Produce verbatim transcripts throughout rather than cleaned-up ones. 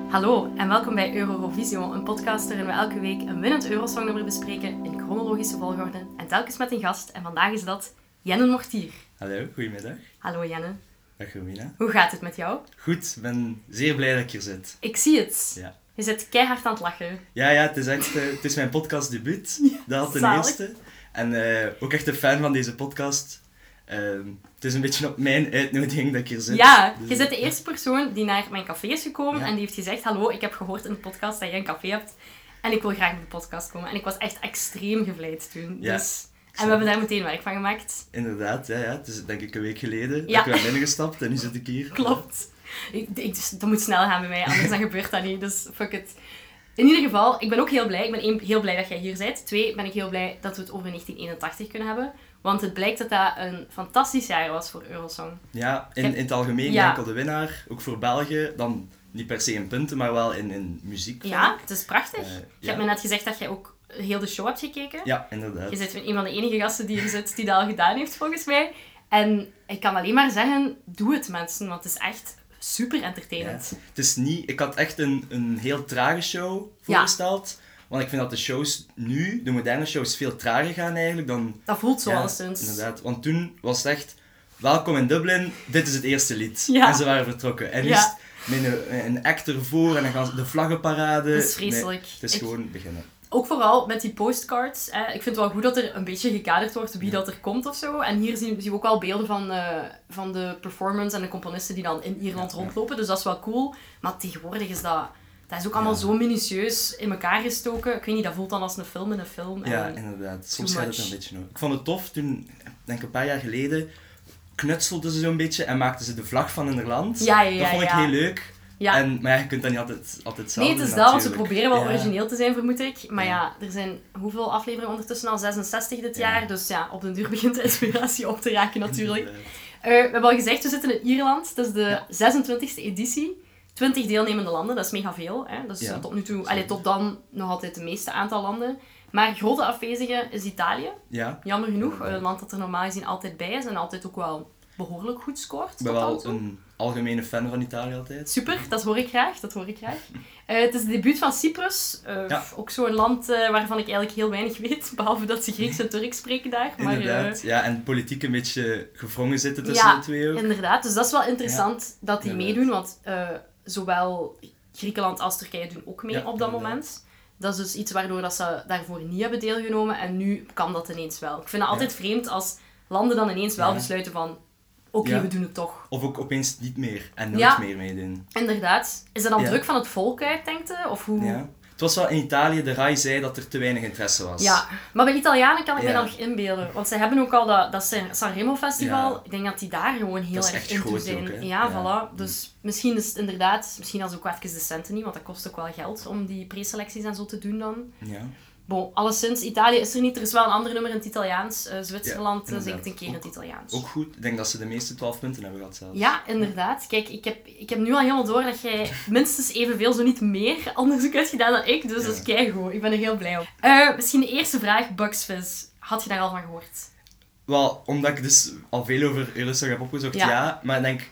Hallo en welkom bij Eurovisio, een podcast waarin we elke week een winnend Eurosongnummer bespreken in chronologische volgorde en telkens met een gast. En vandaag is dat Jenne Mortier. Hallo, goedemiddag. Hallo Jenne. Dag Romina. Hoe gaat het met jou? Goed, ik ben zeer blij dat ik hier zit. Ik zie het. Ja, Je zit keihard aan het lachen. ja, ja het is echt uh, het is mijn podcastdebuut. Ja, dat had ten zalig. eerste. En uh, ook echt een fan van deze podcast. Uh, het is een beetje op mijn uitnodiging dat ik hier zit. Ja, Dus, je bent de eerste persoon die naar mijn café is gekomen Ja. en die heeft gezegd: hallo, ik heb gehoord in de podcast dat je een café hebt en ik wil graag op de podcast komen. En ik was echt extreem gevleid toen. Ja. Dus... En we hebben daar meteen werk van gemaakt. Inderdaad, ja, ja. Het is denk ik een week geleden Ja. dat ik ben binnengestapt en nu zit ik hier. Klopt. Ik, ik, dus, dat moet snel gaan bij mij, anders dan gebeurt dat niet. Dus fuck it. In ieder geval, ik ben ook heel blij. Ik ben één, heel blij dat jij hier bent. Twee, ben ik heel blij dat we het over negentien eenentachtig kunnen hebben. Want het blijkt dat dat een fantastisch jaar was voor Eurosong. Ja, in, Heb- in het algemeen Ja. enkel de winnaar. Ook voor België. Dan niet per se in punten, maar wel in, in muziek. vind Ja, ik. het is prachtig. Eh, Je ja. hebt me net gezegd dat jij ook heel de show hebt gekeken. Ja, inderdaad. Je bent een van de enige gasten die er zit die dat al gedaan heeft, volgens mij. En ik kan alleen maar zeggen, doe het mensen, want het is echt super entertainend. Ja. Het is niet... Ik had echt een, een heel trage show voorgesteld. Want ik vind dat de shows nu, de moderne shows, veel trager gaan eigenlijk dan... Dat voelt zo Ja, alleszins. inderdaad. Want toen was het echt... Welkom in Dublin, dit is het eerste lied. Ja. En ze waren vertrokken. En nu Ja. is het met een, een act ervoor en dan gaan ze de vlaggenparade. Dat is vreselijk. Nee, het is Ik- gewoon beginnen. Ook vooral met die postcards. Hè. Ik vind het wel goed dat er een beetje gekaderd wordt wie dat er komt of zo. En hier zien, zien we ook wel beelden van, eh, van de performance en de componisten die dan in Ierland Ja. rondlopen. Dus dat is wel cool. Maar tegenwoordig is dat... Dat is ook allemaal Ja. zo minutieus in elkaar gestoken. Ik weet niet, dat voelt dan als een film in een film. Ja, En inderdaad. Soms too gaat het much. een beetje ook. Ik vond het tof toen, denk ik een paar jaar geleden, knutselden ze zo'n beetje en maakten ze de vlag van hun land. Ja, ja, ja, Dat vond ik ja. heel leuk. ja. En, maar ja, je kunt dat niet altijd, altijd zelf Nee, het is doen, dat, want ze natuurlijk. proberen wel Ja. origineel te zijn, vermoed ik. Maar ja. Ja. er zijn hoeveel afleveringen ondertussen al? zesenzestig dit Ja. jaar. Dus ja, op den duur begint de inspiratie op te raken natuurlijk. Inderdaad. Eh, we hebben al gezegd, we zitten in Ierland. Het is de Ja. zesentwintigste editie. twintig deelnemende landen, dat is mega veel. Hè? Dat is Ja. eh, tot nu toe, allee, tot dan nog altijd het meeste aantal landen. Maar grote afwezige is Italië. Ja, Jammer genoeg, Ja. een land dat er normaal gezien altijd bij is en altijd ook wel behoorlijk goed scoort. ik ben tot dan wel toe. een algemene fan van Italië altijd. Super, dat hoor ik graag. Dat hoor ik graag. Eh, het is het debuut van Cyprus. Eh, Ja. Ook zo'n land eh, waarvan ik eigenlijk heel weinig weet. Behalve dat ze Grieks en Turks spreken daar. Maar, eh, Inderdaad. Ja, en politiek een beetje gewrongen zitten tussen Ja, de twee ook. inderdaad. Dus dat is wel interessant dat die inderdaad. meedoen. Want eh, zowel Griekenland als Turkije doen ook mee Ja, op dat inderdaad. moment. Dat is dus iets waardoor dat ze daarvoor niet hebben deelgenomen. En nu kan dat ineens wel. Ik vind het altijd vreemd als landen dan ineens wel Ja. besluiten van... Oké, Ja. we doen het toch. Of ook opeens niet meer en nooit Ja. meer meedoen. Inderdaad. Is dat dan Ja. druk van het volk uit, denkt je? Of hoe... Ja. Het was wel in Italië, de R A I zei dat er te weinig interesse was. Ja, maar bij Italianen kan ik me Ja. dat nog inbeelden. Want zij hebben ook al dat, dat Sanremo Festival. Ja. Ik denk dat die daar gewoon heel Dat is erg echt into groot zijn. ook, hè? ja, Ja. voilà. Dus misschien is het inderdaad, misschien als ook even de centen niet, want dat kost ook wel geld om die preselecties en zo te doen dan. Ja. Bon, alleszins, Italië is er niet. Er is wel een ander nummer in het Italiaans. Eh, Zwitserland Ja, eh, zingt inderdaad. een keer in Ook- het Italiaans. Ook goed. Ik denk dat ze de meeste twaalf punten hebben gehad zelfs. Ja, inderdaad. Kijk, ik heb, ik heb nu al helemaal door dat jij minstens evenveel, zo niet meer, onderzoek hebt gedaan dan ik. Dus dat is Ja. keigoed. Ik ben er heel blij op. Eh, misschien de eerste vraag, Bugs Fizz. Had je daar al van gehoord? Wel, omdat ik dus al veel over Eurosong heb opgezocht, Ja. ja. Maar ik denk...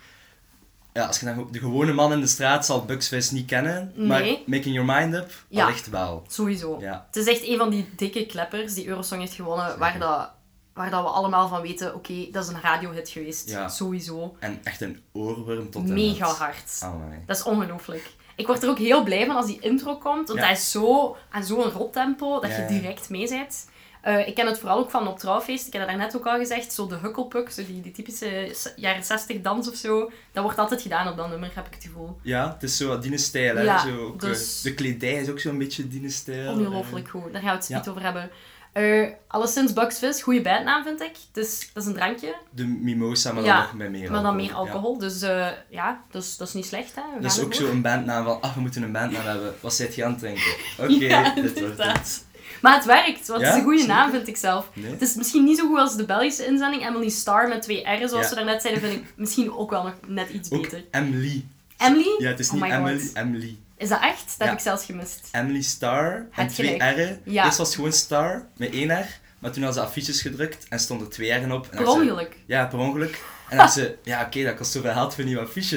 Ja, als je dan de gewone man in de straat zal Bugs Fizz niet kennen. Maar Nee. Making Your Mind Up, Ja. allicht wel. Sowieso. Ja. Het is echt een van die dikke kleppers die Eurosong heeft gewonnen, Zeker. waar, dat, waar dat we allemaal van weten, oké, dat is een radiohit geweest. Ja. Sowieso. En echt een oorworm tot en Mega met. hard. Amai. Dat is ongelooflijk. Ik word er ook heel blij van als die intro komt, want Ja. dat is zo aan zo'n rot tempo dat Ja, je ja. direct mee bent. Eh, ik ken het vooral ook van op trouwfeest. Ik heb dat daarnet ook al gezegd. Zo de hukkelpuk, zo die, die typische s- jaren zestig dans of zo. Dat wordt altijd gedaan op dat nummer, heb ik het gevoel. Ja, het is zo wat Dine-stijl, hè. Ja, Zo, ook, dus- eh, de kledij is ook zo'n beetje Dine-stijl. Ongelooflijk goed. Daar gaan we het Ja. niet over hebben. Eh alleszins Bugs Fizz, goede bandnaam vind ik. Het is, dat is een drankje, De mimosa, maar Ja, dan nog met meer maar dan meer Ja. alcohol. Dus eh, ja, dus, dat is niet slecht. Hè. We Dat is gaan ook ervoor. zo een bandnaam van, ah, we moeten een bandnaam hebben. Wat zijt je aan het drinken? Oké, Ja, dit wordt inderdaad. het. Maar het werkt, want het Ja, is een goede zeker. naam, vind ik zelf. Nee? Het is misschien niet zo goed als de Belgische inzending. Emily Star met twee R'en, zoals Ja. we daarnet zeiden, vind ik misschien ook wel nog net iets Ook beter. Emily. Emily? Ja, het is Oh niet my Emily, God. Emily. Is dat echt? Dat Ja. heb ik zelfs gemist. Emily Star en Het twee gelijk. R'en. Ja. Eerst was het gewoon Star met één R, maar toen hadden ze affiches gedrukt en stonden er twee R'en op. En Per dan zei- ongeluk. Ja, per ongeluk. En dan zei ze, ja oké, dat kost zoveel geld voor nieuwe affiches.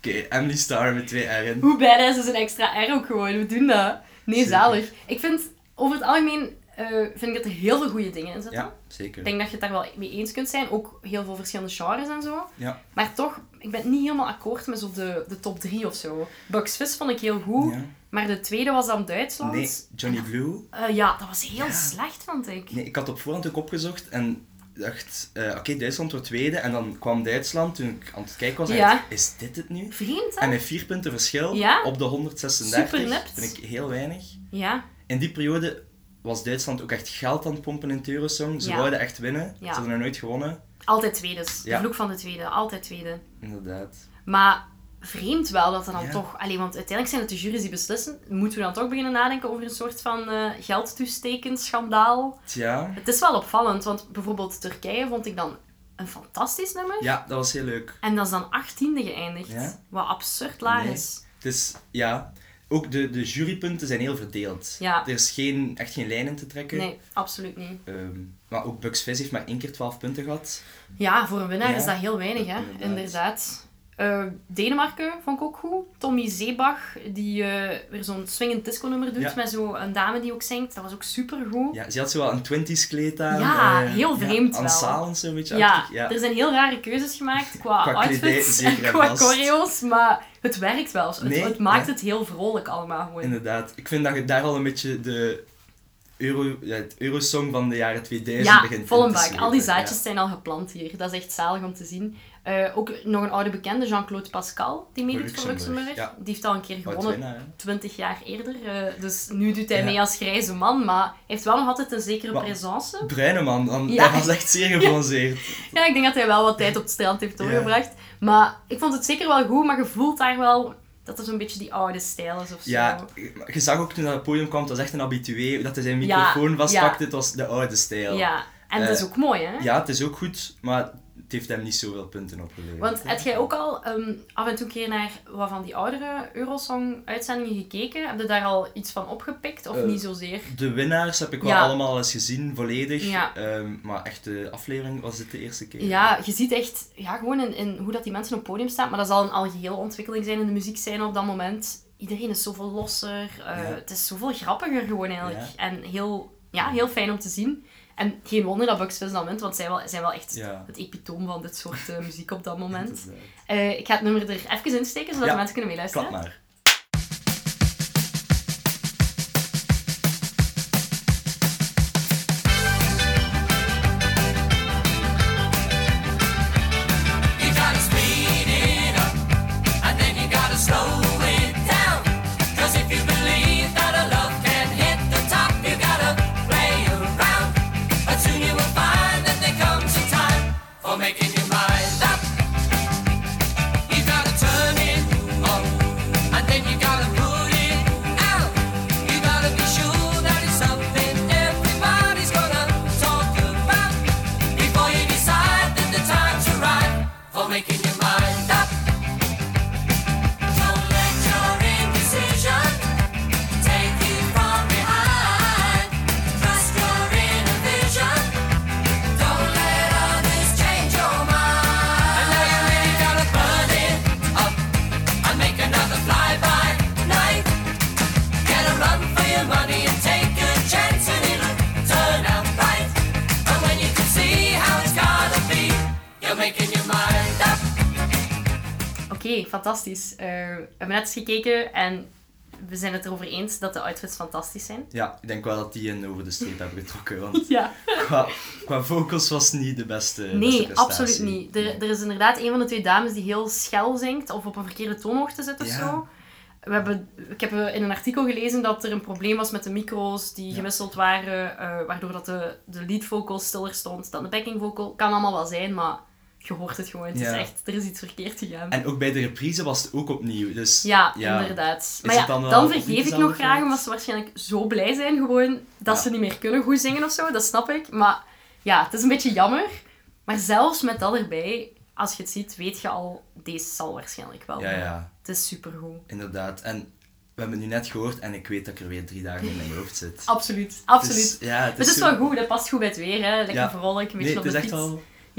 okay, Emily Starr met twee R'en. Hoe badass is een extra R ook gewoon? We doen dat. Nee, zeker. Zalig. Ik vind, over het algemeen, uh, vind ik dat er heel veel goede dingen in zitten. Ja, zeker. Ik denk dat je het daar wel mee eens kunt zijn. Ook heel veel verschillende genres en zo. Ja. Maar toch, ik ben niet helemaal akkoord met zo de, de top drie of zo. Bugs Fizz vond ik heel goed. Ja. Maar de tweede was dan Duitsland. Nee, Johnny Blue. Uh, ja, dat was heel ja. slecht, vond ik. Nee, ik had op voorhand ook opgezocht en dacht, uh, oké, okay, Duitsland wordt tweede. En dan kwam Duitsland, toen ik aan het kijken was, en ja. dacht, is dit het nu? Vreemd, hè? En met vier punten verschil ja? op de honderdzesendertig. Super nipt. Vind ik heel weinig. Ja. In die periode was Duitsland ook echt geld aan het pompen in het Eurosong. Ze ja. wouden echt winnen. Ja. Ze hadden nog nooit gewonnen. Altijd tweede. De ja. vloek van de tweede. Altijd tweede. Inderdaad. Maar vreemd wel dat er dan ja. toch... Allee, want uiteindelijk zijn het de jury's die beslissen. Moeten we dan toch beginnen nadenken over een soort van uh, geldtoesteken, schandaal? Tja. Het is wel opvallend, want bijvoorbeeld Turkije vond ik dan een fantastisch nummer. Ja, dat was heel leuk. En dat is dan achttiende geëindigd. Ja? Wat absurd laag nee. is. Het is, ja... Ook de, de jurypunten zijn heel verdeeld. Ja. Er is geen, echt geen lijn in te trekken. Nee, absoluut niet. Um, maar ook Bugs Fizz heeft maar één keer twaalf punten gehad. Ja, voor een winnaar ja, is dat heel weinig, hè. Inderdaad. inderdaad. Uh, Denemarken vond ik ook goed. Tommy Zeebach, die uh, weer zo'n swingend disco-nummer doet, ja. met zo'n dame die ook zingt. Dat was ook supergoed. Ja, ze had zo wel een twinties kleed aan. Ja, uh, heel vreemd ja, wel. Salens zo'n beetje ja, ja, er zijn heel rare keuzes gemaakt qua, qua outfits en qua choreo's, maar het werkt wel. Het, nee, het maakt ja. het heel vrolijk allemaal gewoon. Inderdaad. Ik vind dat je daar al een beetje de... Euro, ja, het Eurosong van de jaren tweeduizend ja, begint vol in een te bak. Al die zaadjes ja. zijn al geplant hier. Dat is echt zalig om te zien. Uh, ook nog een oude bekende, Jean-Claude Pascal, die meedoet voor Luxemburg. Ja. Die heeft al een keer gewonnen, twintig jaar eerder. Uh, dus nu doet hij ja. mee als grijze man, maar hij heeft wel nog altijd een zekere maar, présence. Bruine man, dan, ja. hij was echt zeer gebronzeerd. Ja, ik denk dat hij wel wat tijd op het strand heeft doorgebracht. Ja. Maar ik vond het zeker wel goed, maar je voelt daar wel... dat er zo'n beetje die oude stijl is of zo. Ja, je zag ook toen hij op het podium kwam, het was echt een habitué. Dat hij zijn microfoon ja, vastpakte, ja. het was de oude stijl. Ja, en uh, dat is ook mooi, hè? Ja, het is ook goed, maar het heeft hem niet zoveel punten opgeleverd. Want heb jij ook al um, af en toe een keer naar wat van die oudere Eurosong-uitzendingen gekeken? Heb je daar al iets van opgepikt, of uh, niet zozeer? De winnaars heb ik wel ja. allemaal eens gezien, volledig. Ja. Um, maar echt de aflevering was dit de eerste keer. Ja, je ziet echt ja, gewoon in, in hoe dat die mensen op het podium staan. Maar dat zal een algehele ontwikkeling zijn in de muziekscène op dat moment. Iedereen is zoveel losser. Uh, ja. Het is zoveel grappiger gewoon eigenlijk. Ja. En heel, ja, heel fijn om te zien. En geen wonder dat Bugs Fizz dan wint, want zij wel, zijn wel echt ja. het epitoom van dit soort uh, muziek op dat moment. Uh, ik ga het nummer er even insteken, zodat ja. de mensen kunnen meeluisteren. Klap maar. Oké, okay, fantastisch. Uh, we hebben net eens gekeken en we zijn het erover eens dat de outfits fantastisch zijn. Ja, ik denk wel dat die een over de streep hebben getrokken. Want ja. qua, qua vocals was het niet de beste Nee, beste absoluut niet. Er, nee. er is inderdaad een van de twee dames die heel schel zingt of op een verkeerde toonhoogte zit of ja. zo. We hebben, ik heb in een artikel gelezen dat er een probleem was met de micro's die ja. gewisseld waren, uh, waardoor dat de, de lead vocal stiller stond dan de backing vocal. Kan allemaal wel zijn, maar... je hoort het gewoon. Het ja. is echt, er is iets verkeerd gegaan. En ook bij de reprise was het ook opnieuw. Dus, ja, ja, inderdaad. Maar ja, dan, dan vergeef ik nog graag, omdat ze waarschijnlijk zo blij zijn gewoon dat ja. ze niet meer kunnen goed zingen of zo. Dat snap ik. Maar ja, het is een beetje jammer. Maar zelfs met dat erbij, als je het ziet, weet je al, deze zal waarschijnlijk wel. Ja, ja. Het is supergoed. Inderdaad. En we hebben het nu net gehoord en ik weet dat ik er weer drie dagen in mijn hoofd zit. Absoluut, absoluut. Het is, ja, het is, het is zo... wel goed, dat past goed bij het weer, hè. Lekker ja. vrolijk, een beetje nee, op de fiets. Al... Ja.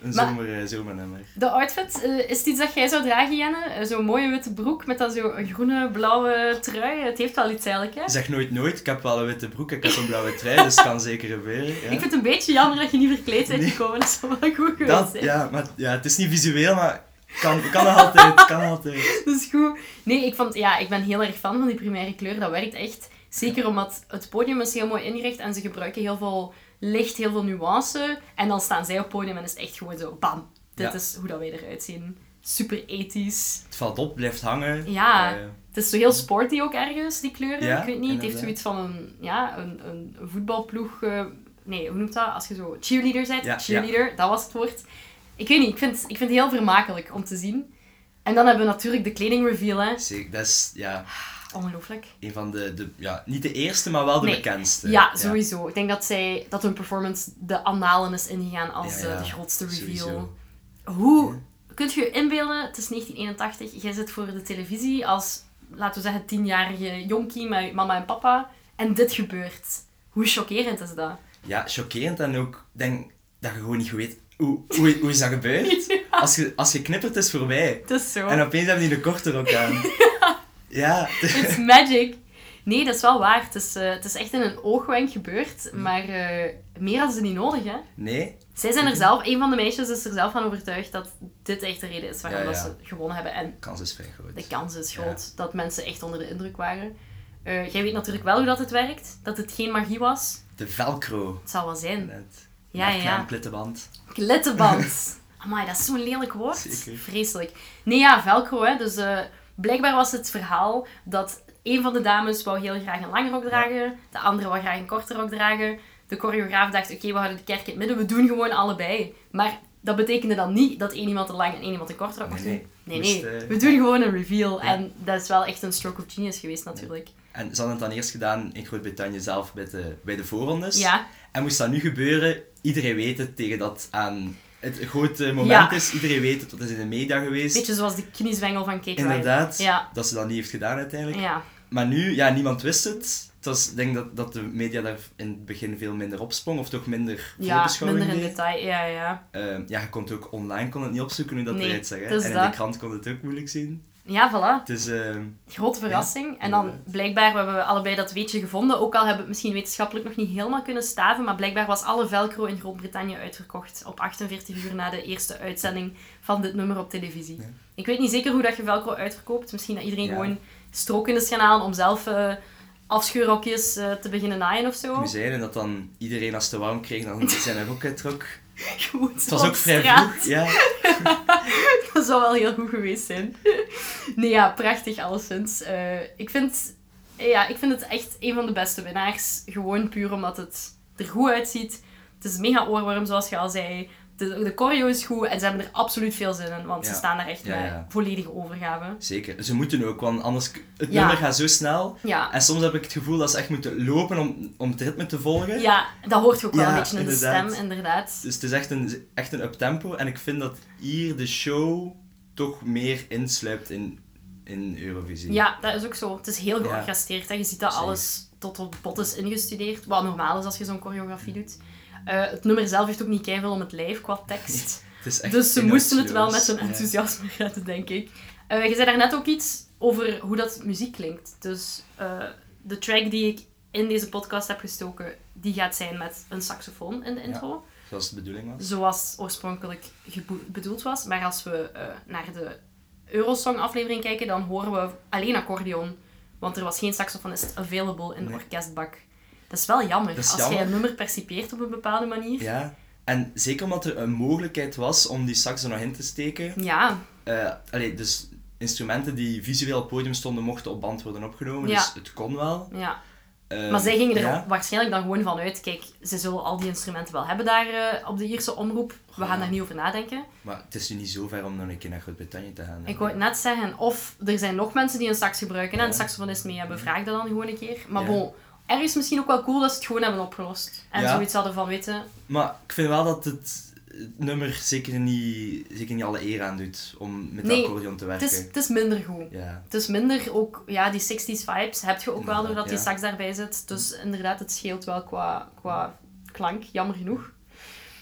Een Maar- zomer, zomernummer. De outfit, uh, is het iets dat jij zou dragen, Jenne? Uh, Zo'n mooie witte broek met dan zo'n groene, blauwe trui. Het heeft wel iets eigenlijk, hè? Zeg nooit nooit. Ik heb wel een witte broek, ik heb een blauwe trui, dus het kan zeker gebeuren. Ja. Ik vind het een beetje jammer dat je niet verkleed bent Nee. gekomen. Dat zou wel goed geweest Dat, zijn. ja, maar ja, het is niet visueel, maar kan, kan nog altijd. Kan nog altijd. Dat is goed. Nee, ik, vond, ja, ik ben heel erg fan van die primaire kleur. Dat werkt echt. Zeker omdat het podium is heel mooi ingericht en ze gebruiken heel veel licht, heel veel nuance. En dan staan zij op het podium en is het echt gewoon zo, bam. Dit Ja. is hoe dat wij eruit zien. Super ethisch. Het valt op, blijft hangen. Ja, Uh, het is zo heel sporty ook ergens, die kleuren. Ja, ik weet niet, het heeft inderdaad. zoiets van een, ja, een, een voetbalploeg... uh, nee, hoe noemt dat? Als je zo cheerleader bent. Ja, cheerleader, dat was het woord. Ik weet niet, ik vind, ik vind het heel vermakelijk om te zien. En dan hebben we natuurlijk de kledingreveal, hè. zeker, dat is ja, Ongelooflijk. een van de, de... Ja, niet de eerste, maar wel de Nee. bekendste. Ja, sowieso. Ik denk dat, zij, dat hun performance de annalen is ingegaan als Ja, ja, uh, de grootste reveal. sowieso. Hoe Ja. kunt je je inbeelden, het is negentien eenentachtig, jij zit voor de televisie als, laten we zeggen, tienjarige jonkie met mama en papa, en dit gebeurt. Hoe chockerend is dat? Ja, chockerend en ook, denk dat je gewoon niet weet, hoe, hoe, hoe is dat gebeurd? Als je, als je knippert, is het voorbij. Het is zo. En opeens hebben die een korte rok aan. Ja. It's magic. Nee, dat is wel waar. Het is, uh, het is echt in een oogwenk gebeurd, maar uh, meer hadden ze niet nodig, hè. Nee. Zij zijn er zelf, een van de meisjes is er zelf van overtuigd dat dit echt de reden is waarom Ja, ja. dat ze gewonnen hebben. En De kans is vrij groot. de kans is groot dat mensen echt onder de indruk waren. Uh, jij weet natuurlijk wel hoe dat het werkt, dat het geen magie was. De velcro. Het zal wel zijn. Net. Ja, ja, ja. Klittenband. Klittenband. Amai, dat is zo'n lelijk woord. Zeker. Vreselijk. Nee, ja, velcro, hè. Dus uh, blijkbaar was het verhaal dat een van de dames wou heel graag een lange rok dragen, ja. De andere wou graag een korte rok dragen. De choreograaf dacht, oké, okay, we houden de kerk in het midden, we doen gewoon allebei. Maar dat betekende dan niet dat één iemand een lang en één iemand een korte rok moest Nee, doen. Nee, moest, nee. uh, We doen gewoon een reveal. Ja. En dat is wel echt een stroke of genius geweest, natuurlijk. En ze hadden het dan eerst gedaan in Groot-Brittannië zelf bij de, bij de voorrondes. Ja. En moest dat nu gebeuren, iedereen weet het tegen dat aan het grote moment Ja. is. Iedereen weet het, dat is in de media geweest. Beetje zoals de kniezwengel van Kate Ryan. Inderdaad, Ja. dat ze dat niet heeft gedaan uiteindelijk. Ja. Maar nu, ja, niemand wist het. Het was, ik denk dat, dat de media daar in het begin veel minder opsprong, of toch minder Ja, voorbeschouwing minder in deed. detail. Ja, ja. Uh, ja, je kon het ook online kon het niet opzoeken hoe dat Nee, eruit zag. Hè? het is En in dat. de krant kon het ook moeilijk zien. Ja, voilà. Het is... Uh, Grote verrassing. Ja, en dan inderdaad. blijkbaar, we hebben allebei dat weetje gevonden. Ook al hebben we het misschien wetenschappelijk nog niet helemaal kunnen staven. Maar blijkbaar was alle velcro in Groot-Brittannië uitverkocht. Op achtenveertig uur na de eerste uitzending van dit nummer op televisie. Ja. Ik weet niet zeker hoe dat je velcro uitverkoopt. Misschien dat iedereen Ja. gewoon stroken is gaan halen om zelf uh, afscheurrokjes uh, te beginnen naaien of zo. Nu zeiden dat dan iedereen als het te warm kreeg, dan zijn er ook uittrok. Goed, Het was op ook vrij straat. vroeg. Ja. Dat zou wel heel goed geweest zijn. Nee, ja, prachtig alleszins. Uh, ik, vind, ja, ik vind het echt een van de beste winnaars. Gewoon puur omdat het er goed uitziet. Het is mega oorworm, zoals je al zei. De, de choreo is goed en ze hebben er absoluut veel zin in. Want Ja. ze staan daar echt Ja, met ja. volledige overgave. Zeker. Ze moeten ook, want anders... Het Ja. nummer gaat zo snel. Ja. En soms heb ik het gevoel dat ze echt moeten lopen om, om het ritme te volgen. Ja, dat hoort je ook wel Ja, een beetje in de inderdaad. stem, inderdaad. Dus het is echt een, echt een uptempo. En ik vind dat hier de show toch meer insluipt in, in Eurovisie. Ja, dat is ook zo. Het is heel Ja. georchestreerd. Hè. Je ziet dat Zeker. alles tot op het bot is ingestudeerd. Wat normaal is als je zo'n choreografie doet. Uh, het nummer zelf heeft ook niet keiveel om het lijf qua tekst. Het is echt Dus ze moesten het wel met inhoudsloos. hun enthousiasme redden, denk ik. Uh, je zei daarnet ook iets over hoe dat muziek klinkt. Dus uh, de track die ik in deze podcast heb gestoken, die gaat zijn met een saxofoon in de intro. Ja, zoals de bedoeling was. Zoals oorspronkelijk gebo- bedoeld was. Maar als we uh, naar de Eurosong-aflevering kijken, dan horen we alleen accordeon. Want er was geen saxofonist available in de Nee. orkestbak. Dat is wel jammer. Dat is als jammer. jij een nummer percipieert op een bepaalde manier. Ja. En zeker omdat er een mogelijkheid was om die sax er nog in te steken. Ja. Uh, allee, dus instrumenten die visueel op het podium stonden, mochten op band worden opgenomen. Ja. Dus het kon wel. ja. Uh, Maar zij gingen er ja. waarschijnlijk dan gewoon van uit. Kijk, ze zullen al die instrumenten wel hebben daar uh, op de Ierse omroep. We gaan Ja. daar niet over nadenken. Maar het is nu niet zo ver om nog een keer naar Groot-Brittannië te gaan. Ik wou het net zeggen. Of er zijn nog mensen die een sax gebruiken en Ja. een saxofonist mee hebben. Vraag dat dan gewoon een keer. Maar Ja. bon, ergens misschien ook wel cool dat ze het gewoon hebben opgelost. En Ja. zoiets hadden van, weten... Maar ik vind wel dat het nummer zeker niet, zeker niet alle eer aan doet om met Nee, de accordeon te Het werken. is, het is minder goed. Ja. Het is minder ook, ja, die zestig's vibes heb je ook wel doordat die Ja. sax daarbij zit. Dus inderdaad, het scheelt wel qua, qua klank, jammer genoeg.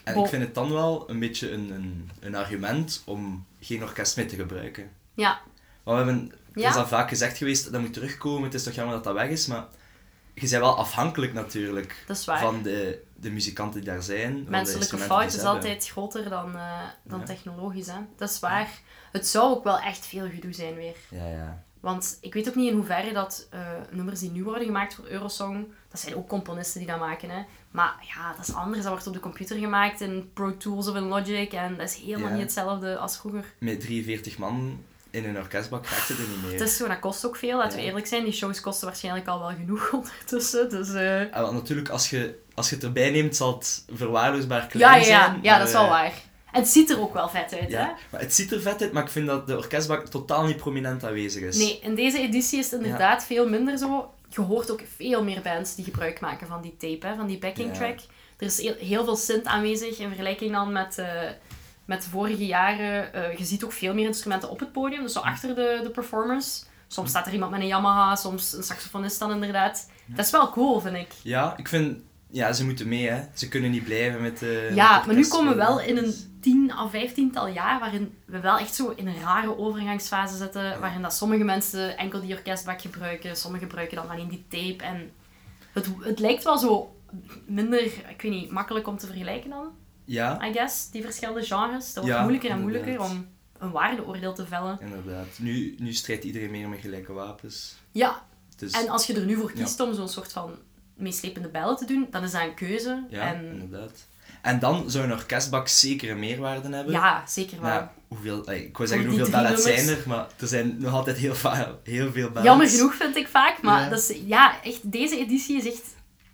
En Bo- ik vind het dan wel een beetje een, een, een argument om geen orkest meer te gebruiken. Ja. Want we hebben, het Ja? is al vaak gezegd geweest, dat moet terugkomen, het is toch jammer dat dat weg is, maar je bent wel afhankelijk natuurlijk Dat is waar. van de, de muzikanten die daar zijn. van de Menselijke instrumenten fout die is ze hebben. altijd groter dan, eh, dan Ja. technologisch. Hè? Dat is waar. Het zou ook wel echt veel gedoe zijn weer. Ja, ja. Want ik weet ook niet in hoeverre dat uh, nummers die nu worden gemaakt voor Eurosong, dat zijn ook componisten die dat maken. Hè? Maar ja, dat is anders. Dat wordt op de computer gemaakt in Pro Tools of in Logic. En dat is helemaal Ja. niet hetzelfde als vroeger. Met drieënveertig man in een orkestbak raakt het er niet meer. Het is zo, dat kost ook veel. Laten Ja. we eerlijk zijn. Die shows kosten waarschijnlijk al wel genoeg ondertussen. Dus, uh... Ah, wel, natuurlijk, als je, als je het erbij neemt, zal het verwaarloosbaar ja, klein ja, zijn. ja, ja, maar, dat is wel eh, waar. En het ziet er ook wel vet uit, hè? Ja, maar het ziet er vet uit, maar ik vind dat de orkestbak totaal niet prominent aanwezig is. Nee, in deze editie is het inderdaad veel minder zo. Je hoort ook veel meer bands die gebruik maken van die tape, hè, van die backing Ja. track. Er is heel, heel veel synth aanwezig in vergelijking dan met, uh, met de vorige jaren. Uh, je ziet ook veel meer instrumenten op het podium, dus zo achter de, de performers. Soms staat er iemand met een Yamaha, soms een saxofonist dan inderdaad. Dat is wel cool, vind ik. Ja, ik vind... Ja, ze moeten mee, hè. Ze kunnen niet blijven met de... Ja, met de maar nu komen we wel orkest. in een tien of vijftiental jaar waarin we wel echt zo in een rare overgangsfase zitten, Ja. waarin dat sommige mensen enkel die orkestbak gebruiken, sommigen gebruiken dan alleen die tape. En het, het lijkt wel zo minder, ik weet niet, makkelijk om te vergelijken dan, Ja, I guess, die verschillende genres. Dat wordt Ja, moeilijker en inderdaad. moeilijker om een waardeoordeel te vellen. inderdaad. Nu, nu strijdt iedereen meer met gelijke wapens. Ja, Dus, en als je er nu voor kiest om zo'n soort van meeslepende bellen te doen, dan is dat een keuze. ja, en inderdaad. En dan zou een orkestbak zeker een meerwaarde hebben. ja, zeker wel. Maar ja, hoeveel, ey, ik wou zeggen die hoeveel drie ballets zijn nummers. er, maar er zijn nog altijd heel, va- heel veel ballets. Jammer genoeg vind ik vaak, maar Ja. dat is, ja, echt, deze editie is echt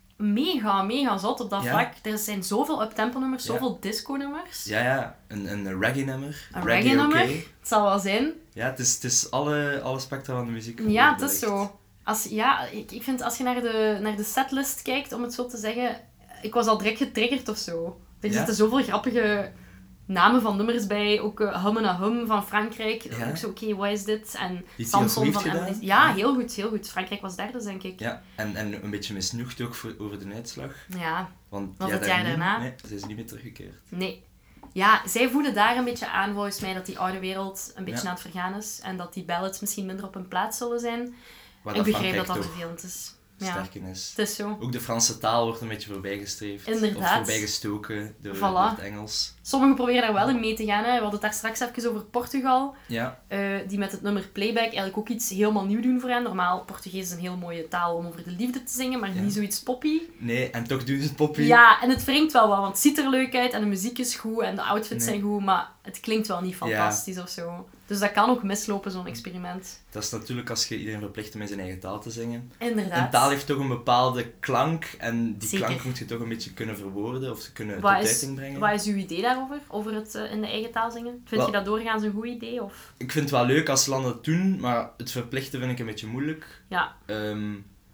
mega, mega zot op dat Ja. vlak. Er zijn zoveel uptempo nummers, Ja. zoveel disco nummers. Ja, ja. Een, een reggae-nummer. Een Reggae reggae-nummer, oké. het zal wel zijn. Ja, het is, het is alle, alle spectra van de muziek. Ja, het dat is echt- zo. Als, ja, ik, ik vind als je naar de, naar de setlist kijkt, om het zo te zeggen, ik was al direct getriggerd of zo. Er Ja? zitten zoveel grappige namen van nummers bij, ook uh, Hummen Hum van Frankrijk. Ja? Ook zo, oké, wat is dit? En Iets Samson heel van goed Emily. gedaan. Ja, Ja. heel goed, heel goed. Frankrijk was derde, denk ik. Ja, en, en een beetje misnoegd ook voor, over de uitslag. Ja, Want Was ja, het jaar daarna? daarna? Nee, ze is niet meer teruggekeerd. nee. Ja, zij voelen daar een beetje aan, volgens mij, dat die oude wereld een beetje Ja. aan het vergaan is. En dat die ballads misschien minder op hun plaats zullen zijn. Waar ik begrijp Frankrijk dat dat toch vervelend is. Ja, sterk in is. het is zo. Ook de Franse taal wordt een beetje voorbijgestreefd. Inderdaad. Of voorbijgestoken door, Voilà. door het Engels. Sommigen proberen daar wel in mee te gaan. Hè. We hadden het daar straks even over Portugal. Ja, eh, die met het nummer Playback eigenlijk ook iets helemaal nieuw doen voor hen. Normaal, Portugees is een heel mooie taal om over de liefde te zingen, maar Ja. niet zoiets poppy. nee, en toch doen ze het poppy. Ja, en het wringt wel wel, want het ziet er leuk uit en de muziek is goed en de outfits Nee. zijn goed, maar het klinkt wel niet fantastisch of zo. Dus dat kan ook mislopen, zo'n experiment. Dat is natuurlijk als je iedereen verplicht om in zijn eigen taal te zingen. Inderdaad. Een taal heeft toch een bepaalde klank en die Zeker. klank moet je toch een beetje kunnen verwoorden of kunnen Wat tot is, uiting brengen. wat is uw idee daarover? Over het eh, in de eigen taal zingen? Vind Wel- je dat doorgaans een goed idee? Of? Ik vind het wel leuk als landen het doen, maar het verplichten vind ik een beetje moeilijk. Ja, Ehm,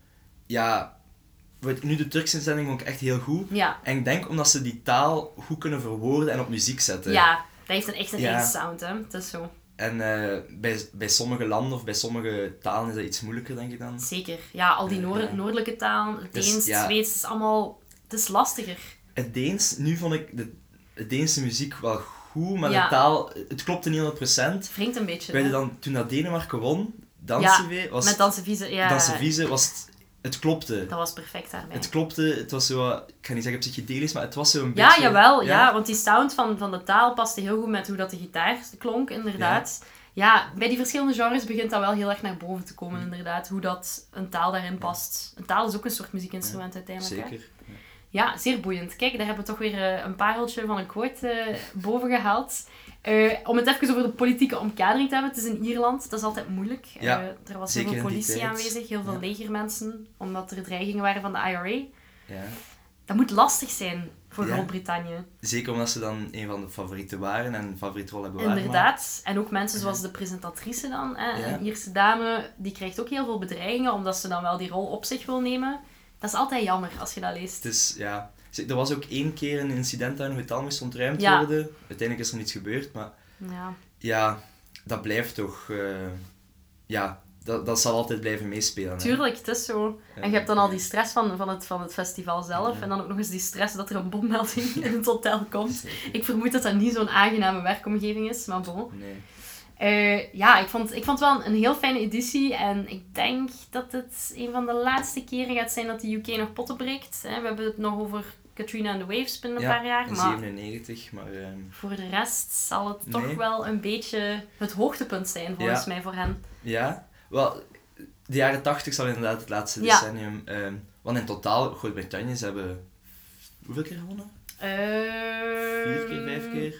ja, wat- nu de Turkse inzending vond ik echt heel goed. ja. En ik denk omdat ze die taal goed kunnen verwoorden en op muziek zetten. ja, dat heeft een, echt een Ja. eigen sound, hè. Het is zo. En eh, bij, bij sommige landen of bij sommige talen is dat iets moeilijker, denk ik dan. Zeker. Ja, al die Ja, noor- ja. noordelijke taal, het Dus, Deens, ja. het Zweeds, het is allemaal... Het is lastiger. Het Deens, nu vond ik de, de Deense muziek wel goed, maar Ja. de taal, het klopte niet honderd procent. Het wringt een beetje. Weet je hè. dan, toen dat Denemarken won, Dansevee, was Met Dansevieze, ja. Dansevise, was het, het klopte. Dat was perfect daarmee. Het klopte, het was zo, ik ga niet zeggen psychedelisch, maar het was zo een Ja, beetje... jawel. Ja. want die sound van, van de taal paste heel goed met hoe dat de gitaar klonk, inderdaad. Ja. bij die verschillende genres begint dat wel heel erg naar boven te komen, inderdaad. Hoe dat een taal daarin past. Een taal is ook een soort muziekinstrument uiteindelijk. Hè? Zeker. Ja. Ja, zeer boeiend. Kijk, daar hebben we toch weer eh, een pareltje van een quote eh, boven gehaald. Eh, om het even over de politieke omkadering te hebben. Het is in Ierland, dat is altijd moeilijk. Ja, Eh, er was zeker heel veel in die politie tijd. aanwezig, heel veel Ja. legermensen, omdat er dreigingen waren van de I R A. Ja. Dat moet lastig zijn voor Ja. Groot-Brittannië. Zeker omdat ze dan een van de favorieten waren en een favoriete rol hebben waargemaakt. Inderdaad. En ook mensen zoals de presentatrice dan, hè, Ja. een Ierse dame, die krijgt ook heel veel bedreigingen, omdat ze dan wel die rol op zich wil nemen. Dat is altijd jammer als je dat leest. Het is, ja... Er was ook één keer een incident daar in het hotel moest ontruimd Ja. worden. Uiteindelijk is er niets gebeurd, maar Ja. ja, dat blijft toch... eh, ja, dat, dat zal altijd blijven meespelen. Tuurlijk, het is zo. En je hebt dan al die stress van, van, het, van het festival zelf. Ja. En dan ook nog eens die stress dat er een bommelding in het hotel komt. Ik vermoed dat dat niet zo'n aangename werkomgeving is, maar bon. Nee. Uh, ja, ik vond, ik vond het wel een heel fijne editie. En ik denk dat het een van de laatste keren gaat zijn dat de U K nog potten breekt. We hebben het nog over Katrina and the Waves binnen een ja, paar jaar. in maar zevenennegentig, maar... Um... voor de rest zal het nee. toch wel een beetje het hoogtepunt zijn, volgens ja. mij, voor hen. Ja, wel, de jaren tachtig zal inderdaad het laatste ja. decennium... Um, want in totaal, Groot-Brittannië, ze hebben... Hoeveel keer gewonnen? Uh, Vier keer, vijf keer?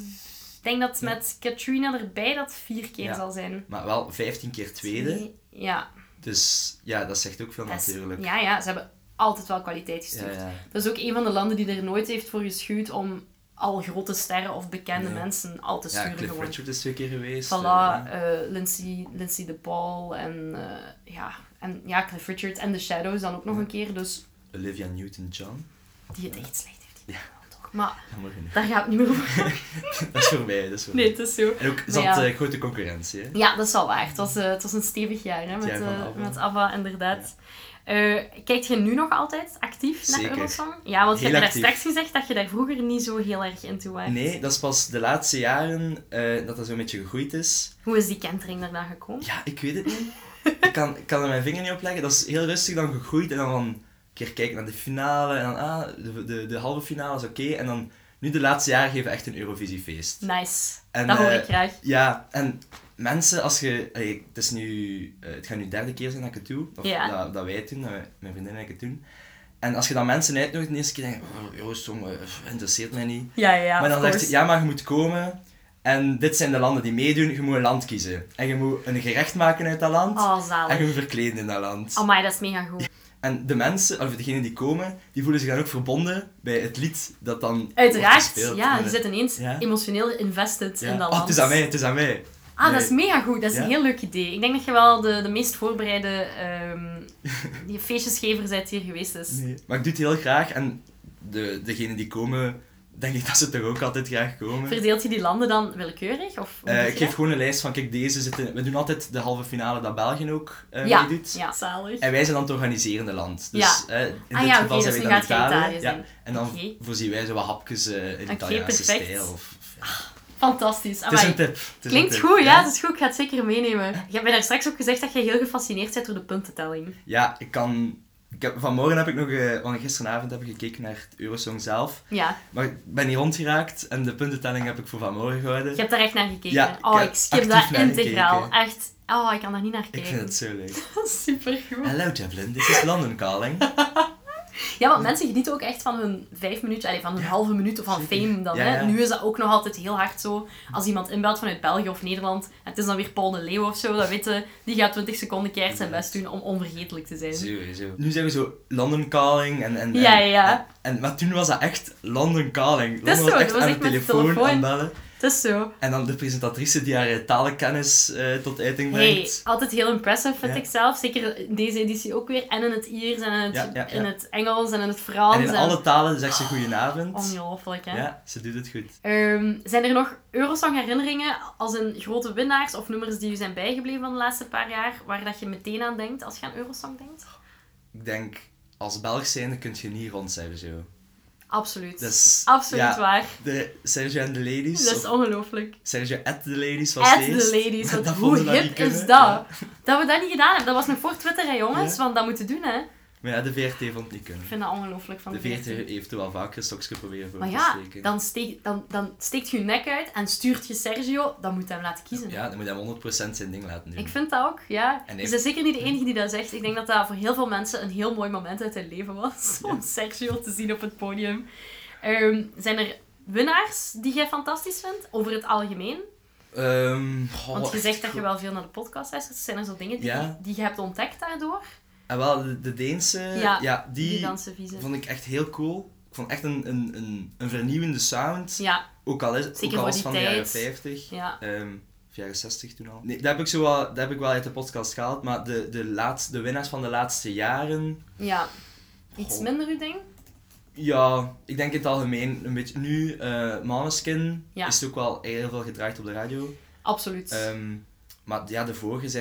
Ik denk dat met Katrina erbij dat vier keer ja. zal zijn. Maar wel vijftien keer tweede. Twee, ja. Dus ja, dat zegt ook veel dat is, natuurlijk. Ja, ja, ze hebben altijd wel kwaliteit gestuurd. Ja, ja. Dat is ook een van de landen die er nooit heeft voor geschuwd om al grote sterren of bekende nee. mensen al te sturen. Ja, Cliff gewoon. Richard is twee keer geweest. Voilà, uh, uh, Lindsay, Lindsay de Paul en, uh, ja, en ja, Cliff Richard en The Shadows dan ook nog ja. een keer. Dus... Olivia Newton-John. Die het echt slecht heeft. Ja. Maar daar gaat het niet meer over. Dat is voorbij, dat is voorbij. Nee, het is zo. En ook zat ja. uh, grote concurrentie, hè? Ja, dat is wel waar. Het was, uh, het was een stevig jaar, hè, met, jaar uh, ABBA. met ABBA, inderdaad. Ja. Uh, kijkt je nu nog altijd actief Zeker. naar Eurosong? Ja, want je heel hebt actief. daar straks gezegd dat je daar vroeger niet zo heel erg into was. Nee, dat is pas de laatste jaren uh, dat dat zo'n beetje gegroeid is. Hoe is die kentering daarna gekomen? Ja, ik weet het niet. ik, kan, ik kan er mijn vinger niet op leggen. Dat is heel rustig dan gegroeid en dan van een keer kijken naar de finale en dan ah, de, de, de halve finale is oké. Okay. En dan nu de laatste jaren geven we echt een Eurovisiefeest. Nice. En, dat hoor uh, ik graag. Ja, en mensen, als je... Allee, het, is nu, uh, het gaat nu de derde keer zijn dat ik het doe. Of ja. dat, dat wij het doen, dat wij, mijn vriendin en ik het doen. En als je dan mensen uitnodigt, de eerste keer denk je, oh, Eurosong, uh, interesseert mij niet. Ja, ja, maar dan zegt je, ja, maar je moet komen. En dit zijn de landen die meedoen. Je moet een land kiezen. En je moet een gerecht maken uit dat land. Oh, zalig. En je moet verkleden in dat land. Amai, dat is mega goed. En de mensen, of degenen die komen, die voelen zich dan ook verbonden bij het lied dat dan Uiteraard, wordt gespeeld. ja. Je zit ineens ja. emotioneel invested ja. in dat oh, land. het is aan mij, het is aan mij. Ah, nee. Dat is mega goed. Dat is ja. een heel leuk idee. Ik denk dat je wel de, de meest voorbereide um, die feestjesgever bent hier geweest is. Nee, maar ik doe het heel graag. En de, degenen die komen, denk ik dat ze toch ook altijd graag komen. Verdeelt je die landen dan willekeurig? Of uh, ik geef gewoon een lijst van, kijk, deze zitten... We doen altijd de halve finale dat België ook uh, ja. meedoet. Ja, zalig. En wij zijn dan het organiserende land. Dus ja. uh, in ah, dit ja, geval okay, zijn dus wij dan Italië. Italië ja. En dan okay. voorzien wij zo wat hapjes uh, in okay, Italiaanse perfect. stijl. Of, of, ja. Fantastisch. Het is een tip. Het is Klinkt een tip. goed, ja. ja. Het is goed. Ik ga het zeker meenemen. Je hebt mij daar straks ook gezegd dat je heel gefascineerd bent door de puntentelling. Ja, ik kan... Ik heb, vanmorgen heb ik nog... Uh, want gisteravond heb ik gekeken naar het Eurosong zelf. Ja. Maar ik ben niet rondgeraakt en de puntentelling heb ik voor vanmorgen gehouden. Je hebt daar echt naar gekeken? Ja, oh, ik skip dat integraal. Gekeken. Echt. Oh, ik kan daar niet naar kijken. Ik vind het zo leuk. Super goed. Hallo Devlin, dit is London Calling. Ja, want mensen genieten ook echt van hun vijf minuten, allez, van hun ja. halve minuut of van fame dan. Ja, hè. ja. Nu is dat ook nog altijd heel hard zo. Als iemand inbelt vanuit België of Nederland, en het is dan weer Paul de Leeuw of zo, dan weten die gaat twintig seconden keihard zijn best doen om onvergetelijk te zijn. Sowieso. Nu zeggen we zo London Calling en... en ja, en, ja. En, en, maar toen was dat echt London Calling. Dat is London zo, was echt dat was aan echt de met telefoon, de telefoon. aanbellen. Het is zo. En dan de presentatrice die haar talenkennis uh, tot uiting brengt. Hey, altijd heel impressive vind ja. ik zelf. Zeker in deze editie ook weer. En in het Iers en in het, ja, ja, ja. In het Engels en in het Frans. En in en... alle talen zegt ze goedenavond. Ongelooflijk, hè? Ja, ze doet het goed. Um, zijn er nog Eurosong herinneringen als een grote winnaars of nummers die je zijn bijgebleven van de laatste paar jaar, waar dat je meteen aan denkt als je aan Eurosong denkt? Ik denk, als Belg zijnde kun je niet rond zijn zo. Absoluut. Dus, Absoluut ja, waar. De Sergio en de Ladies. Dat is ongelooflijk. Sergio at the Ladies was At feest. the Ladies. Dat hoe hip is kunnen. dat? Ja. Dat we dat niet gedaan hebben. Dat was nog voor Twitter, hè jongens. Ja. Want dat moeten doen, hè. Maar ja, de V R T vond het niet kunnen. Ik vind dat ongelooflijk van de, de V R T. De V R T heeft er wel vaker een stokje proberen voor maar te ja, steken. Dan, steek, dan, dan steekt je je nek uit en stuurt je Sergio, dan moet je hem laten kiezen. Ja, dan moet hij honderd procent zijn ding laten doen. Ik vind dat ook, ja. En dus hij is zeker niet de enige die dat zegt. Ik denk dat dat voor heel veel mensen een heel mooi moment uit hun leven was. Ja. Om Sergio te zien op het podium. Um, zijn er winnaars die jij fantastisch vindt, over het algemeen? Um, oh, Want je zegt dat je wel veel naar de podcast luistert. Zijn er zo dingen die, ja. die je hebt ontdekt daardoor? En wel, de, de Deense, ja, ja, die, die vond ik echt heel cool. Ik vond echt een, een, een, een vernieuwende sound. Ja. Ook al is Zeker ook al voor was die van tijd. de jaren vijftig. Ja. Um, of jaren zestig toen al. Nee, dat heb ik, zo wel, dat heb ik wel uit de podcast gehaald. Maar de, de, laatste, de winnaars van de laatste jaren... Ja. Iets Goh. minder, u denk? Ja, ik denk in het algemeen een beetje... Nu, uh, Måneskin ja. is ook wel heel veel gedraaid op de radio. Absoluut. Um, maar ja, de vorige zijn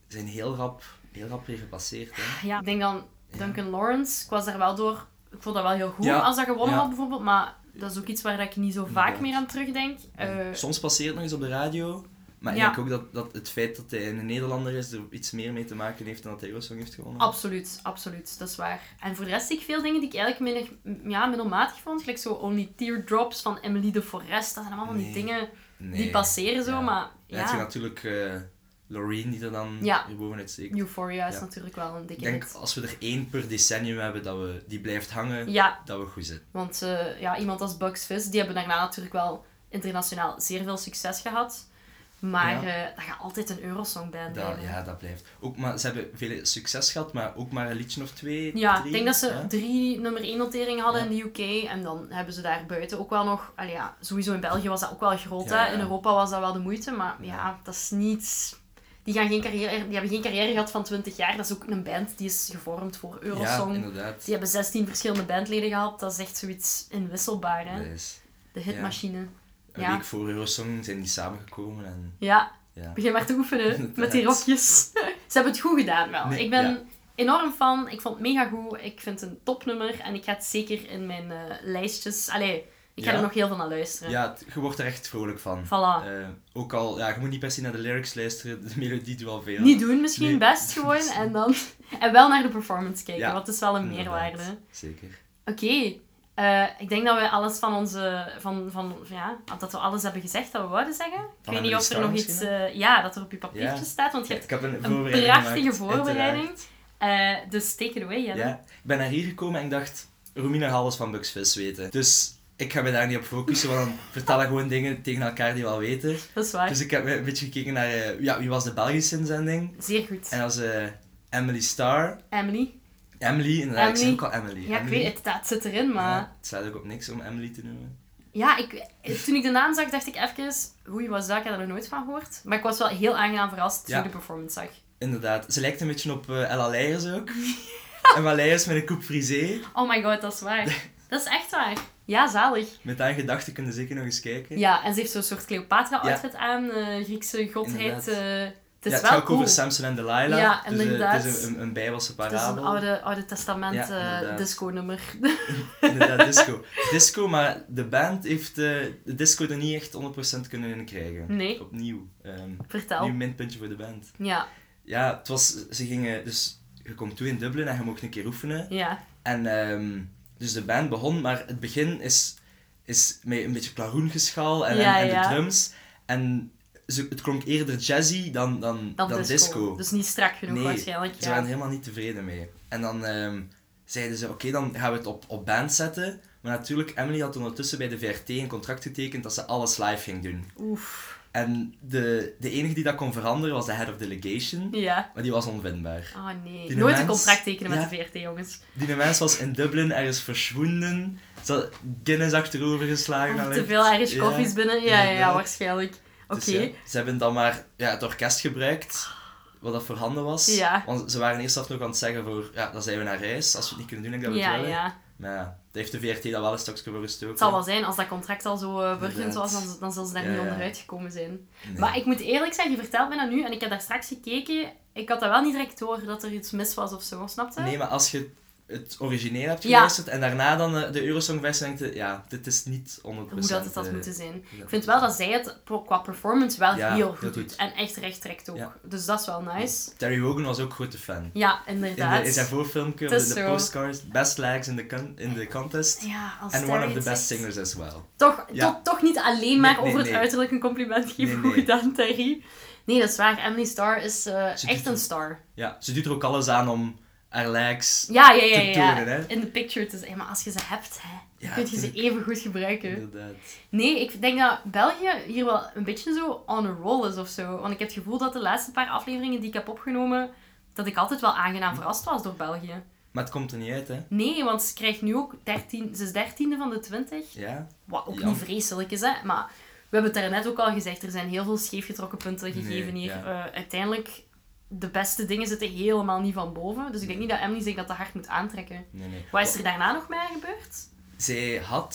zijn heel rap, heel rap weer gepasseerd. Hè. Ja, ik denk dan Duncan Ja. Lawrence, ik was daar wel door... Ik vond dat wel heel goed Ja. als dat gewonnen Ja. had, bijvoorbeeld. Maar dat is ook iets waar dat ik niet zo vaak Inderdaad. meer aan terugdenk. Uh, Soms passeert het nog eens op de radio. Maar ik Ja. denk ook dat, dat het feit dat hij een Nederlander is er iets meer mee te maken heeft dan dat hij Eurosong heeft gewonnen. Absoluut, absoluut. Dat is waar. En voor de rest zie ik veel dingen die ik eigenlijk minder, ja, middelmatig vond. Gelijk zo Only Teardrops van Emily de Forest. Dat zijn allemaal Nee. die dingen Nee. die passeren zo, Ja. maar Ja, het is ja. natuurlijk uh, Loreen die er dan Ja. weer bovenuit steekt. Euphoria is Ja. natuurlijk wel een dikke Ik denk hit. als we er één per decennium hebben dat we, die blijft hangen, Ja, dat we goed zitten. want uh, ja, iemand als Bugs Fizz, die hebben daarna natuurlijk wel internationaal zeer veel succes gehad. Maar Ja. uh, dat gaat altijd een Eurosong-band Dat, blijven. ja, dat blijft. Ook, maar, ze hebben veel succes gehad, maar ook maar een liedje of twee, Ja, drie. ik denk dat ze Ja. drie nummer één noteringen hadden Ja. in de U K. En dan hebben ze daar buiten ook wel nog... Allee, ja, sowieso in België was dat ook wel groot. Ja, Hè? ja. In Europa was dat wel de moeite. Maar ja, Ja. dat is niet... Die, gaan geen carrière, die hebben geen carrière gehad van twintig jaar. Dat is ook een band die is gevormd voor Eurosong. Ja, inderdaad. Die hebben zestien verschillende bandleden gehad. Dat is echt zoiets inwisselbaar. Hè? Dat is- De hitmachine. Een Ja. week voor Eurosong zijn die samengekomen en Ja, ja. begin maar te oefenen Inderdaad. met die rokjes. Ze hebben het goed gedaan wel. Nee, ik ben ja. enorm fan. Ik vond het mega goed. Ik vind het een topnummer. En ik ga het zeker in mijn uh, lijstjes... Allee, ik ga Ja. er nog heel veel naar luisteren. Ja, het- je wordt er echt vrolijk van. Voilà. Eh, ook al, ja, je moet niet per se naar de lyrics luisteren, de melodie doet wel veel. Niet doen misschien, Nee. best gewoon. En, dan, en wel naar de performance kijken, Ja, want het is wel een inderdaad. meerwaarde. Zeker. Oké. Uh, ik denk dat we alles van onze... Van, van, ja, dat we alles hebben gezegd dat we wouden zeggen. Ik Van weet niet of er Emily nog Star iets... Uh, ja, dat er op je papiertje Ja. staat, want je Ja, hebt ik heb een, een voorbereiding prachtige gemaakt, voorbereiding. uiteraard. Uh, dus take it away, Jelle. Ja, ik ben naar hier gekomen en ik dacht, Romina gaat alles van Bugs Fizz weten. Dus ik ga me daar niet op focussen, want dan vertellen gewoon dingen tegen elkaar die we al weten. Dat is waar. Dus ik heb een beetje gekeken naar, uh, ja, wie was de Belgische inzending? Zeer goed. En dat was uh, Emily Star. Emily. Emily, inderdaad, ik Emily. zei ook al Emily. Ja, ik Emily. weet het, het zit erin, maar... Ja, het slaat ook op niks om Emily te noemen. Ja, ik, toen ik de naam zag, dacht ik even... Oei, was dat? Ik had er nog nooit van gehoord. Maar ik was wel heel aangenaam verrast toen Ja. ik de performance zag. Inderdaad, ze lijkt een beetje op uh, Ella Leijers ook. Ella Leijers met een coupe frisé. Oh my god, dat is waar. Dat is echt waar. Ja, zalig. Met aan gedachten kunnen zeker nog eens kijken. Ja, en ze heeft zo'n soort Cleopatra-outfit aan. Uh, Griekse godheid. Inderdaad. Uh, het is ja, het wel gaat ook cool. over Samson en Delilah. Ja, dus, uh, inderdaad. het is een, een, een bijbelse Het is parabel. een oude, oude testament Ja, uh, inderdaad. disco-nummer. Inderdaad, disco. Disco, maar de band heeft uh, de disco er niet echt honderd procent kunnen in krijgen. Nee. Opnieuw. Um, Vertel. Nieuw minpuntje voor de band. Ja. Ja, het was... Ze gingen... Dus je komt toe in Dublin en je mocht een keer oefenen. Ja. En um, dus de band begon, maar het begin is, is met een beetje klaroengeschaal en, Ja, en, en ja. de drums. En ze, het klonk eerder jazzy dan, dan, Dan, dan disco. disco. Dus niet strak genoeg Nee, waarschijnlijk. Ze Ja. waren helemaal niet tevreden mee. En dan um, zeiden ze, oké, okay, dan gaan we het op, op band zetten. Maar natuurlijk, Emily had ondertussen bij de V R T een contract getekend dat ze alles live ging doen. Oef. En de, de enige die dat kon veranderen was de head of delegation. Ja. Maar die was onvindbaar. Oh nee. Die Nooit mens- een contract tekenen met Ja. de V R T, jongens. Die mens was in Dublin ergens verschwonden. Ze had Guinness achterover geslagen. Of te allee. veel Irish Ja, coffees binnen. Ja, ja, ja, inderdaad. waarschijnlijk. Oké. Dus ja, ze hebben dan maar ja, het orkest gebruikt, wat dat voorhanden was. Ja. Want ze waren eerst af nog aan het zeggen voor, ja, dan zijn we naar reis. Als we het niet kunnen doen, denk ik dat we Ja, het willen. ja. Maar ja, daar heeft de V R T dat wel een stukje voor gestoken. Het zal wel zijn, als dat contract al zo uh, burgerend Inderdaad. was, dan, dan zal ze daar Ja, niet ja. onderuit gekomen zijn. Nee. Maar ik moet eerlijk zeggen, je vertelt me dat nu, en ik heb daar straks gekeken, ik had dat wel niet direct door dat er iets mis was of zo, snap je? Nee, maar als je het origineel hebt Ja. geluisterd en daarna dan de, de Eurosong-versie denkt je, ja, dit is niet honderd procent. Hoe dat het had eh, moeten zijn. ja. Ik vind wel dat zij het pro- qua performance wel Ja, heel heel goed goed. doet. En echt recht trekt ook. Ja. Dus dat is wel nice. Terry Wogan was ook grote fan. Ja, In, inderdaad. de, in zijn voorfilmpje, Het is de, de zo. postcards, best lags in the, con- in the contest. Ja, als And Terry one of the het best zegt. singers as well. Toch, Ja. toch, toch niet alleen maar Nee, nee, over het nee. uiterlijk een compliment geven. Nee, Goed nee. gedaan, Terry. Nee, dat is waar. Emily Starr is uh, Ze echt doet- een star. Ja, ze doet er ook alles aan om haar likes Ja, ja, ja. te ja. tonen, hè. In de picture. te z- ja, maar als je ze hebt, hè, dan Ja, kun je ze tuurlijk. even goed gebruiken. Inderdaad. Nee, ik denk dat België hier wel een beetje zo on a roll is of zo. Want ik heb het gevoel dat de laatste paar afleveringen die ik heb opgenomen, dat ik altijd wel aangenaam verrast was door België. Maar het komt er niet uit, hè. Nee, want ze krijgt nu ook dertien, ze is dertiende van de twintig. Ja. Wat ook Ja. niet vreselijk is, hè. Maar we hebben het daarnet ook al gezegd, er zijn heel veel scheefgetrokken punten gegeven Nee, hier. ja. Uh, uiteindelijk, de beste dingen zitten helemaal niet van boven. Dus ik denk niet dat Emily zich dat te hard moet aantrekken. Nee, nee. Wat is er daarna nog mee gebeurd? Zij had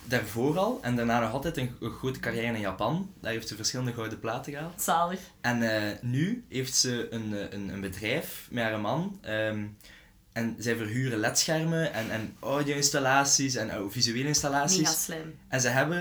daarvoor al en daarna nog altijd een, een grote carrière in Japan. Daar heeft ze verschillende gouden platen gehaald. Zalig. En uh, nu heeft ze een, een, een bedrijf met haar man. Um, en zij verhuren ledschermen en, en audio-installaties en uh, visuele installaties. Mega slim. En ze hebben...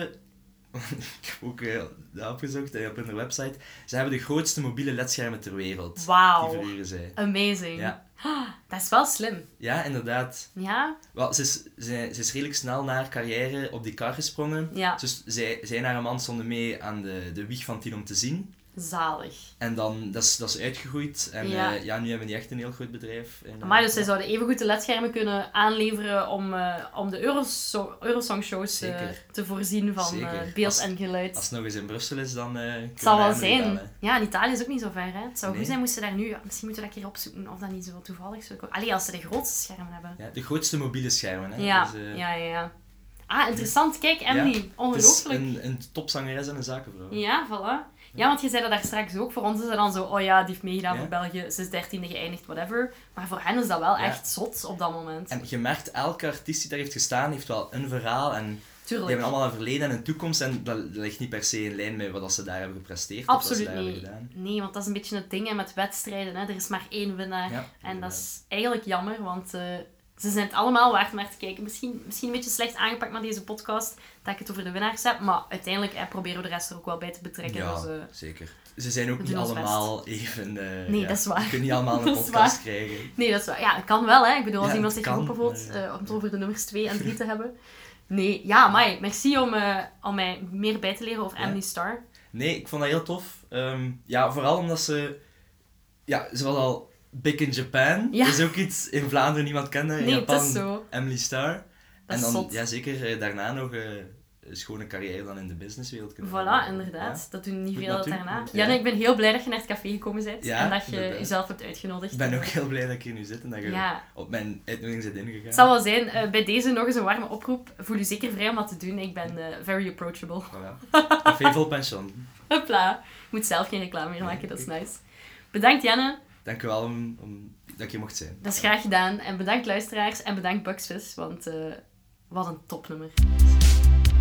ik heb ook uh, dat opgezocht uh, op hun website. Ze hebben de grootste mobiele ledschermen ter wereld. Wauw. Die verhuren zij. Amazing. Ja. Dat is wel slim. Ja, inderdaad. Ja? Wel, ze, is, ze, ze is redelijk snel na haar carrière op die kar gesprongen. Ja. Dus zij, zij en haar man stonden mee aan de, de wieg van Tien om te zien. Zalig. En dan, dat is, dat is uitgegroeid. En ja. Uh, ja, nu hebben die echt een heel goed bedrijf. En, maar dus zij zouden evengoed de ledschermen kunnen aanleveren om, uh, om de Euroso- Eurosong-shows uh, te voorzien van uh, beeld als, en geluid. Als het nog eens in Brussel is, dan uh, het zal wel zijn. Bellen. Ja, in Italië is ook niet zo ver. Hè. Het zou nee. goed zijn moesten daar nu... Misschien moeten we dat keer opzoeken of dat niet zo toevallig zou komen. Allee, als ze de grootste schermen hebben. Ja, de grootste mobiele schermen. Hè. Ja, dus, uh, ja, ja, ja. Ah, interessant. Kijk, Emily. Ja, ongelooflijk. Het is een, een topzangeres en een zakenvrouw. Ja, voilà. Ja, want je zei dat daar straks ook. Voor ons is dat dan zo, oh ja, die heeft meegedaan ja. voor België, ze is dertiende geëindigd, whatever. Maar voor hen is dat wel ja. echt zot op dat moment. En je merkt, elke artiest die daar heeft gestaan, heeft wel een verhaal. En Tuurlijk. die hebben allemaal een verleden en een toekomst. En dat ligt niet per se in lijn met wat ze daar hebben gepresteerd. Absoluut of wat ze daar niet. hebben gedaan. Nee, want dat is een beetje het ding hè, met wedstrijden. Hè. Er is maar één winnaar. Ja, en dat is eigenlijk jammer, want uh, ze zijn het allemaal waard om naar te kijken. Misschien, misschien een beetje slecht aangepakt met deze podcast, dat ik het over de winnaars heb. Maar uiteindelijk eh, proberen we de rest er ook wel bij te betrekken. Ja, dus, uh, zeker. Ze zijn ook niet allemaal best. even... Uh, nee, ja, dat is waar. Je kunt niet allemaal een podcast krijgen. Nee, dat is waar. Ja, het kan wel, hè. Ik bedoel, als ja, iemand zich geroepen voelt maar... uh, om het over de nummers twee en drie te hebben. Nee, ja, Mai, merci om, uh, om mij meer bij te leren over ja. Emily Starr. Nee, ik vond dat heel tof. Um, ja, vooral omdat ze... Ja, ze was al big in Japan. Ja. Dat is ook iets in Vlaanderen niemand kende. In nee, Japan, dat is zo. Emily Starr. Dat en dan, zot. ja, zeker uh, daarna nog... Uh, een schone carrière dan in de businesswereld kunnen Voilà, hebben. inderdaad. Ja. Dat doen niet Goed veel natuurlijk. daarna. Ja. Janne, ik ben heel blij dat je naar het café gekomen bent. Ja, en dat je inderdaad. jezelf hebt uitgenodigd. Ik ben ook heel blij dat ik hier nu zit en dat je ja. op mijn uitnodiging bent ingegaan. Het zal wel zijn, uh, bij deze nog eens een warme oproep. Voel je zeker vrij om dat te doen. Ik ben uh, very approachable. Voilà. Café vol pension. Hopla. Ik moet zelf geen reclame meer maken, dat is nice. Bedankt Janne. Dank u wel om, om dat ik hier mocht zijn. Dat is graag gedaan. En bedankt luisteraars en bedankt Bugsvis, want uh, wat een topnummer.